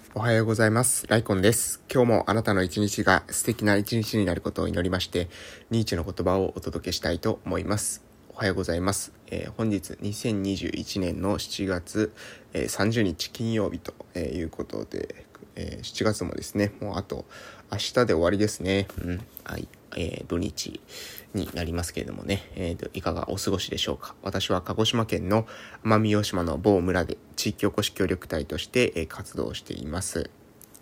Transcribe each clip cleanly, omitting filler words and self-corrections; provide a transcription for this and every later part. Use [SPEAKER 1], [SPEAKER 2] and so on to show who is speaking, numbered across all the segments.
[SPEAKER 1] おはようございます。ライコンです。今日もあなたの一日が素敵な一日になることを祈りまして、ニーチェの言葉をお届けしたいと思います。おはようございます。本日2021年の7月、30日金曜日ということで、7月もですね、もうあと明日で終わりですね。はい。土日になりますけれどもね、いかがお過ごしでしょうか。私は鹿児島県の奄美大島の某村で地域おこし協力隊として、活動しています。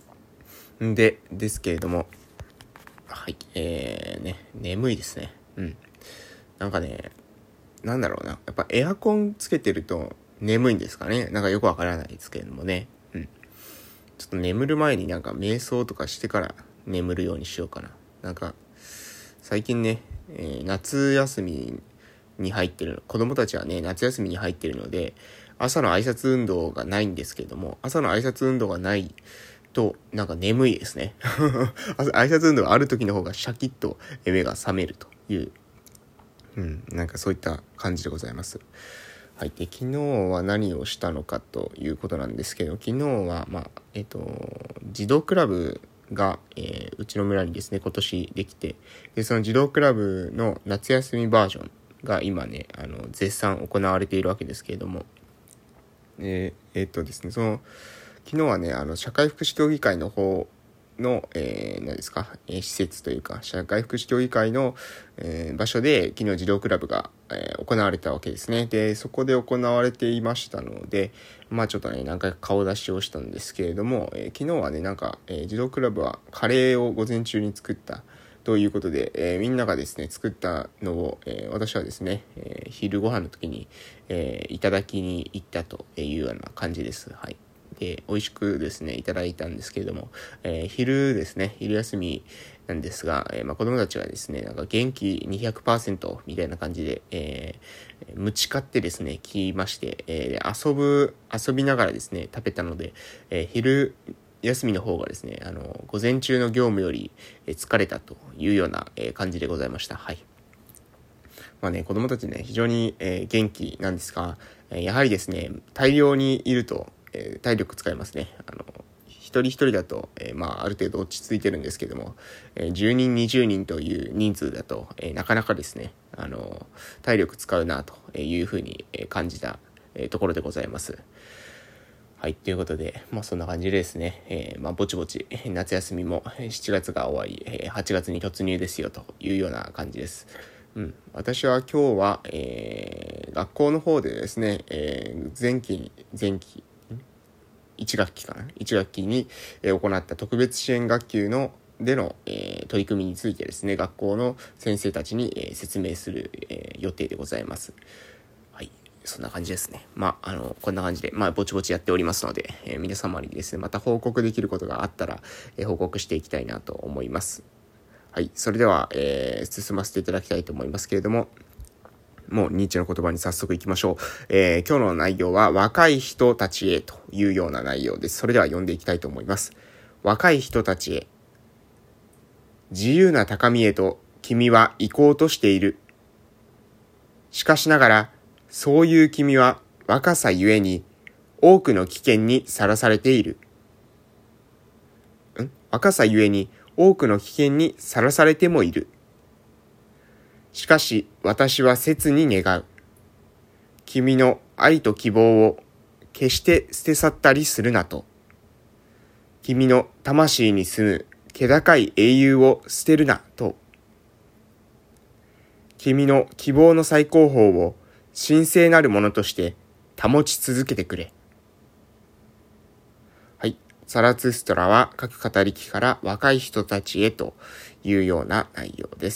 [SPEAKER 1] ですけれども、はい、眠いですね。なんかね、なんだろうな。やっぱエアコンつけてると眠いんですかね。なんかよくわからないですけれどもね。ちょっと眠る前になんか瞑想とかしてから眠るようにしようかな。なんか、最近ね、夏休みに入ってる子供たちはね、夏休みに入ってるので、朝の挨拶運動がないんですけれども、朝の挨拶運動がないと、なんか眠いですね。挨拶運動がある時の方がシャキッと目が覚めるという、なんかそういった感じでございます。はい。で、昨日は何をしたのかということなんですけど、昨日は、児童クラブが、うちの村にですね、今年できて、で、その児童クラブの夏休みバージョンが今ね、絶賛行われているわけですけれども、ですね、昨日はね、社会福祉協議会の方の、何ですか、施設というか、社会福祉協議会の、場所で、昨日児童クラブが、行われたわけですね。で、そこで行われていましたので、ちょっとね、何回か顔出しをしたんですけれども、昨日はね、児童クラブはカレーを午前中に作ったということで、みんながですね、作ったのを、私はですね、昼ご飯の時に、いただきに行ったというような感じです。はい。で、美味しくですね、いただいたんですけれども、昼休みなんですが、子供たちがですね、なんか元気200% みたいな感じで、むちかってですね、来まして、遊びながらですね、食べたので、昼休みの方がですね、午前中の業務より疲れたというような感じでございました。はい。子供たちね、非常に元気なんですが、やはりですね、大量にいると、体力使いますね。一人一人だと、ある程度落ち着いてるんですけども、10人、20人という人数だと、なかなかですね、体力使うなというふうに感じたところでございます。はい、ということで、そんな感じでですね、ぼちぼち夏休みも7月が終わり、8月に突入ですよというような感じです。私は今日は、学校の方でですね、1学期に行った特別支援学級での取り組みについてですね、学校の先生たちに説明する予定でございます。はい。そんな感じですね。こんな感じで、ぼちぼちやっておりますので、皆様にですね、また報告できることがあったら、報告していきたいなと思います。はい。それでは、進ませていただきたいと思いますけれども、もうニーチェの言葉に早速行きましょう。今日の内容は若い人たちへというような内容です。それでは読んでいきたいと思います。若い人たちへ。自由な高みへと君は行こうとしている。しかしながら、そういう君は若さゆえに多くの危険にさらされている。若さゆえに多くの危険にさらされてもいる。しかし私は切に願う。君の愛と希望を決して捨て去ったりするなと。君の魂に住む気高い英雄を捨てるなと。君の希望の最高峰を神聖なるものとして保ち続けてくれ。はい。サラツストラは各語り機から若い人たちへというような内容です。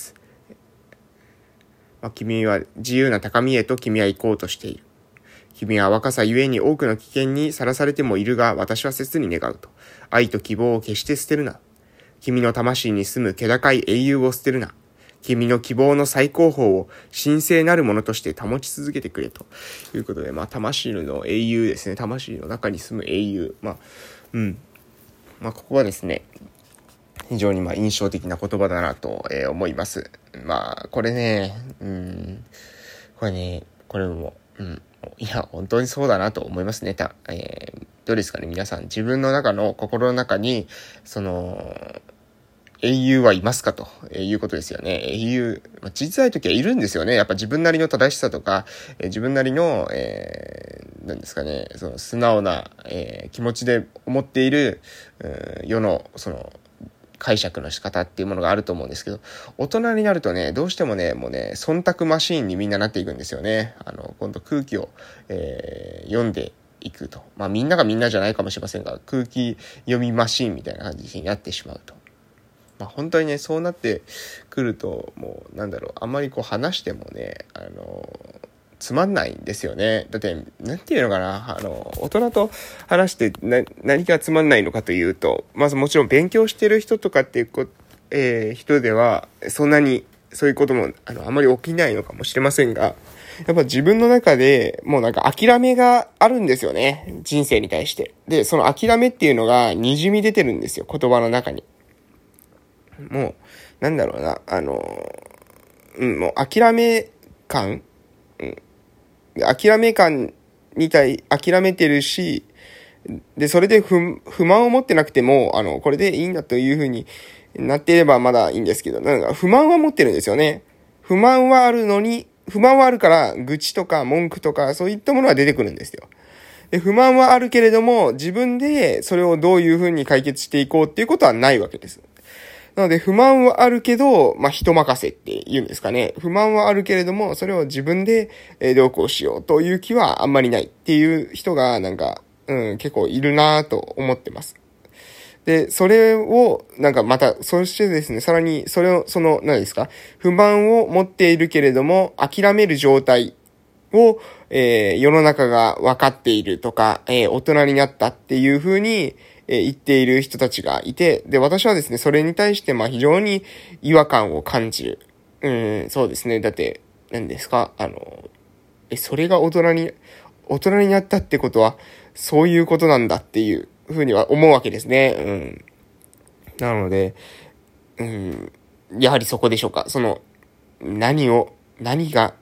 [SPEAKER 1] 君は自由な高みへと君は行こうとしている。君は若さゆえに多くの危険にさらされてもいるが、私は切に願うと。愛と希望を決して捨てるな。君の魂に住む気高い英雄を捨てるな。君の希望の最高峰を神聖なるものとして保ち続けてくれということで、魂の英雄ですね。魂の中に住む英雄。ここはですね、非常に印象的な言葉だなと思います。これも、 いや、本当にそうだなと思いますね。どうですかね、皆さん。自分の中の心の中に、英雄はいますかということですよね。英雄、小さい時はいるんですよね。やっぱ自分なりの正しさとか、自分なりの、なんですかね、その素直な、気持ちで思っている、世の、解釈の仕方っていうものがあると思うんですけど、大人になるとね、どうしてもね、もうね、忖度マシーンにみんななっていくんですよね。今度空気を、読んでいくと。みんながみんなじゃないかもしれませんが、空気読みマシーンみたいな感じになってしまうと。本当にね、そうなってくると、もう、あんまり話してもね、つまんないんですよね。だって、なんていうのかな、大人と話して何がつまんないのかというと、まずもちろん勉強してる人とかっていう人では、そんなに、そういうことも、あんまり起きないのかもしれませんが、やっぱ自分の中でもう諦めがあるんですよね。人生に対して。で、その諦めっていうのが滲み出てるんですよ。言葉の中に。もう、もう諦め感、諦め感諦めてるし、で、それで不満を持ってなくても、これでいいんだという風になっていればまだいいんですけど、不満は持ってるんですよね。不満はあるから、愚痴とか文句とか、そういったものは出てくるんですよ。で、不満はあるけれども、自分でそれをどういう風に解決していこうっていうことはないわけです。なので、不満はあるけど、人任せって言うんですかね。不満はあるけれども、それを自分で、どうこうしようという気はあんまりないっていう人が、結構いるなぁと思ってます。で、それを、また、そしてですね、さらに、何ですか、不満を持っているけれども、諦める状態を、世の中が分かっているとか、大人になったっていう風に、言っている人たちがいて、で、私はですね、それに対して、非常に違和感を感じる。そうですね。だって、何ですか、それが大人になったってことは、そういうことなんだっていうふうには思うわけですね。なので、やはりそこでしょうか。何が、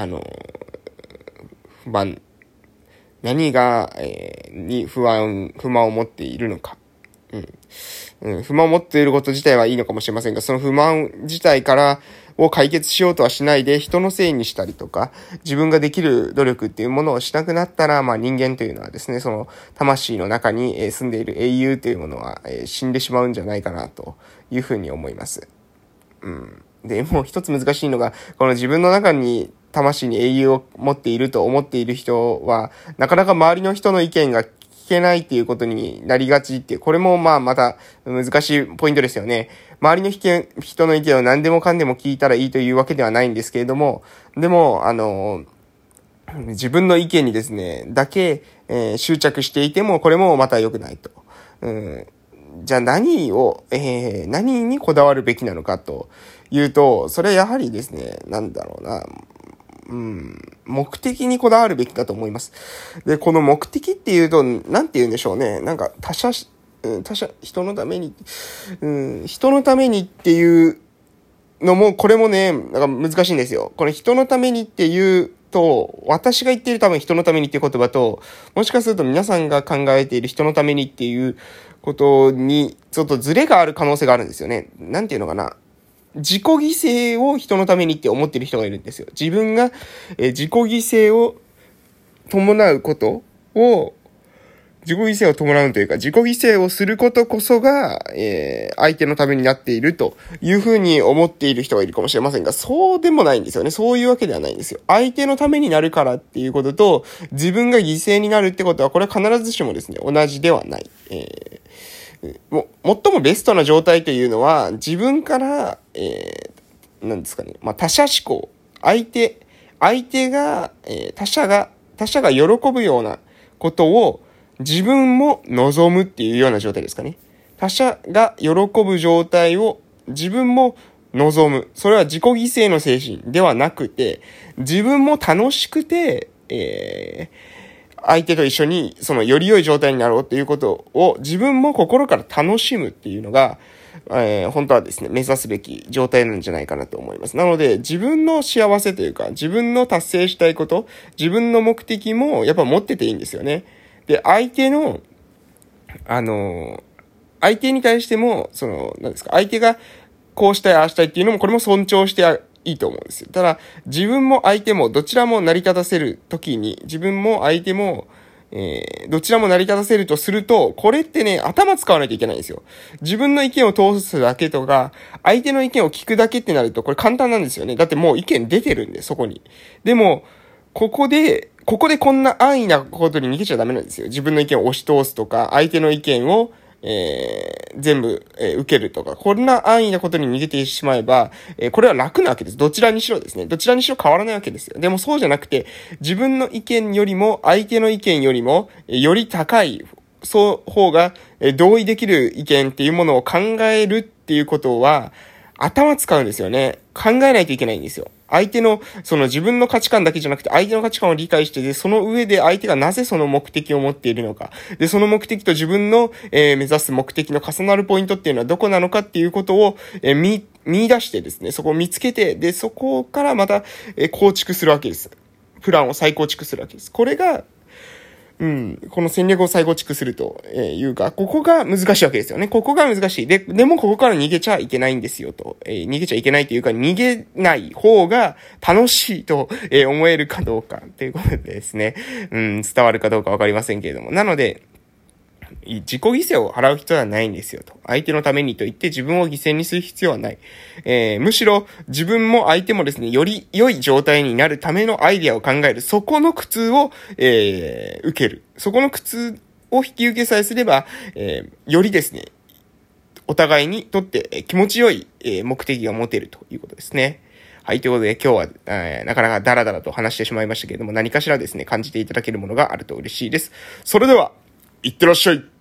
[SPEAKER 1] 不満、何が、不満を持っているのか。不満を持っていること自体はいいのかもしれませんが、その不満自体を解決しようとはしないで、人のせいにしたりとか、自分ができる努力っていうものをしなくなったら、人間というのはですね、その魂の中に住んでいる英雄というものは死んでしまうんじゃないかなというふうに思います。で、もう一つ難しいのが、この自分の中に魂に英雄を持っていると思っている人は、なかなか周りの人の意見が聞けないっていうことになりがちっていう、これもまた難しいポイントですよね。周りの人の意見を何でもかんでも聞いたらいいというわけではないんですけれども、でも、自分の意見にですね、だけ、執着していても、これもまた良くないと。じゃあ何にこだわるべきなのかというと、それはやはりですね、目的にこだわるべきだと思います。で、この目的っていうと、なんて言うんでしょうね。人のために、人のためにっていうのも、これもね、難しいんですよ。これ人のためにっていうと、私が言っている多分人のためにっていう言葉と、もしかすると皆さんが考えている人のためにっていうことに、ちょっとズレがある可能性があるんですよね。なんていうのかな。自己犠牲を人のためにって思ってる人がいるんですよ。自分が自己犠牲を伴うことを、自己犠牲を伴うというか、自己犠牲をすることこそが、相手のためになっているというふうに思っている人がいるかもしれませんが、そうでもないんですよね。そういうわけではないんですよ。相手のためになるからっていうことと、自分が犠牲になるってことは、これは必ずしもですね、同じではない。最もベストな状態というのは、自分から、なんですかね、他者思考。相手が、他者が喜ぶようなことを自分も望むっていうような状態ですかね。他者が喜ぶ状態を自分も望む。それは自己犠牲の精神ではなくて、自分も楽しくて、相手と一緒により良い状態になろうっていうことを自分も心から楽しむっていうのが、 本当はですね、目指すべき状態なんじゃないかなと思います。なので、自分の幸せというか、自分の達成したいこと、自分の目的もやっぱ持ってていいんですよね。で、相手に対しても、何ですか、相手がこうしたい、ああしたいっていうのも、これも尊重していいと思うんですよ。ただ、自分も相手もどちらも成り立たせるときに、自分も相手も、どちらも成り立たせるとすると、これってね、頭使わないといけないんですよ。自分の意見を通すだけとか、相手の意見を聞くだけってなると、これ簡単なんですよね。だってもう意見出てるんで、そこに。でも、ここでこんな安易なことに逃げちゃダメなんですよ。自分の意見を押し通すとか、相手の意見を、全部、受けるとか、こんな安易なことに逃げてしまえば、これは楽なわけです。どちらにしろですね。どちらにしろ変わらないわけですよ。でもそうじゃなくて、自分の意見よりも、相手の意見よりも、より高い、方が、同意できる意見っていうものを考えるっていうことは、頭使うんですよね。考えないといけないんですよ。相手の、自分の価値観だけじゃなくて、相手の価値観を理解して、で、その上で相手がなぜその目的を持っているのか。で、その目的と自分の、目指す目的の重なるポイントっていうのはどこなのかっていうことを、見出してですね、そこを見つけて、で、そこからまた、構築するわけです。プランを再構築するわけです。これが、この戦略を再構築するというか、ここが難しいわけですよね。ここが難しい。でもここから逃げちゃいけないんですよと。逃げちゃいけないというか、逃げない方が楽しいと思えるかどうかということでですね。伝わるかどうかわかりませんけれども。なので、自己犠牲を払う必要はないんですよと。相手のためにと言って自分を犠牲にする必要はない。むしろ自分も相手もですね、より良い状態になるためのアイデアを考える。そこの苦痛を、受ける。そこの苦痛を引き受けさえすれば、よりですね、お互いにとって気持ちよい目的が持てるということですね。はい。ということで今日は、なかなかダラダラと話してしまいましたけれども、何かしらですね、感じていただけるものがあると嬉しいです。それでは、いってらっしゃい。